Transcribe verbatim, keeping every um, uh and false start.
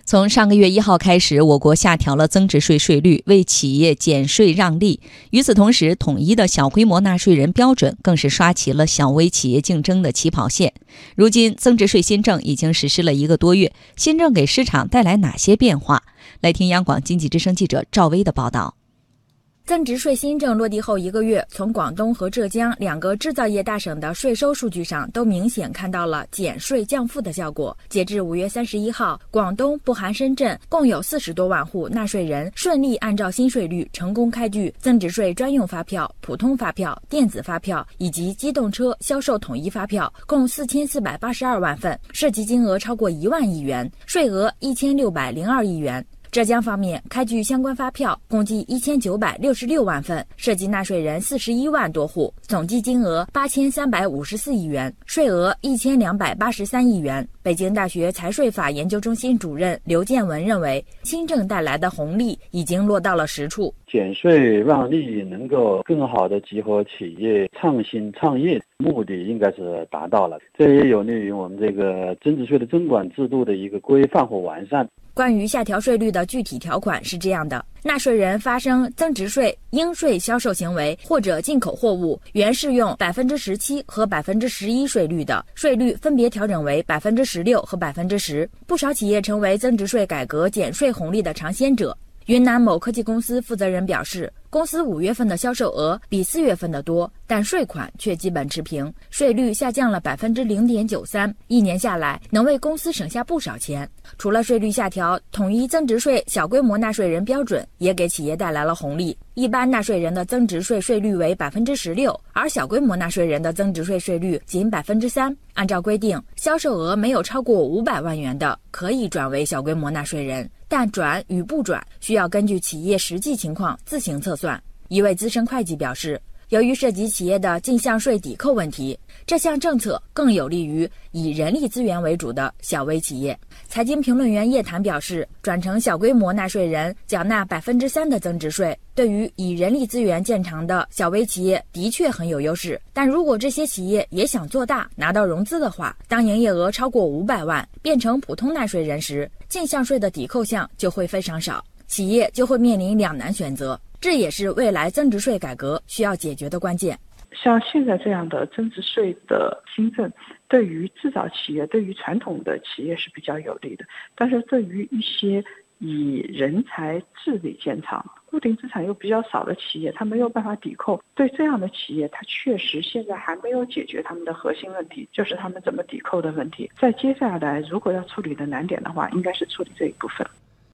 从上个月一号开始，我国下调了增值税税率，为企业减税让利。与此同时，统一的小规模纳税人标准更是刷起了小微企业竞争的起跑线。如今，增值税新政已经实施了一个多月，新政给市场带来哪些变化？来听央广经济之声记者赵薇的报道。 增值税新政落地后一个月，从广东和浙江两个制造业大省的税收数据上都明显看到了减税降负的效果。截至五月三十一号，广东不含深圳共有四十多万户纳税人顺利按照新税率成功开具增值税专用发票、普通发票、电子发票以及机动车销售统一发票，共四千四百八十二万份，涉及金额超过一万亿元，税额一千六百零二亿元。浙江方面开具相关发票共计一千九百六十六万份，涉及纳税人四十一万多户，总计金额八千三百五十四亿元，税额一千两百八十三亿元。北京大学财税法研究中心主任刘建文认为，新政带来的红利已经落到了实处。 减税让利能够更好地激活企业创新创业，目的应该是达到了，这也有利于我们这个增值税的征管制度的一个规范和完善。 关于下调税率的具体条款是这样的：纳税人发生增值税应税销售行为或者进口货物，原适用百分之十七和百分之十一税率的，税率分别调整为百分之十六和百分之十。不少企业成为增值税改革减税红利的尝鲜者。云南某科技公司负责人表示，公司五月份的销售额比四月份的多，但税款却基本持平，税率下降了百分之零点九三，一年下来能为公司省下不少钱。除了税率下调，统一增值税小规模纳税人标准也给企业带来了红利。一般纳税人的增值税税率为百分之十六，而小规模纳税人的增值税税率仅百分之三。按照规定，销售额没有超过五百万元的，可以转为小规模纳税人，但转与不转需要根据企业实际情况自行测算。一位资深会计表示，由于涉及企业的进项税抵扣问题，这项政策更有利于以人力资源为主的小微企业。财经评论员叶檀表示，转成小规模纳税人缴纳百分之三的增值税，对于以人力资源见长的小微企业的确很有优势。但如果这些企业也想做大，拿到融资的话，当营业额超过五百万，变成普通纳税人时，进项税的抵扣项就会非常少，企业就会面临两难选择。这也是未来增值税改革需要解决的关键。 像现在这样的增值税的新政，对于制造企业、对于传统的企业是比较有利的，但是对于一些以人才治理见长、固定资产又比较少的企业，它没有办法抵扣。对这样的企业，它确实现在还没有解决他们的核心问题，就是他们怎么抵扣的问题。在接下来如果要处理的难点的话，应该是处理这一部分。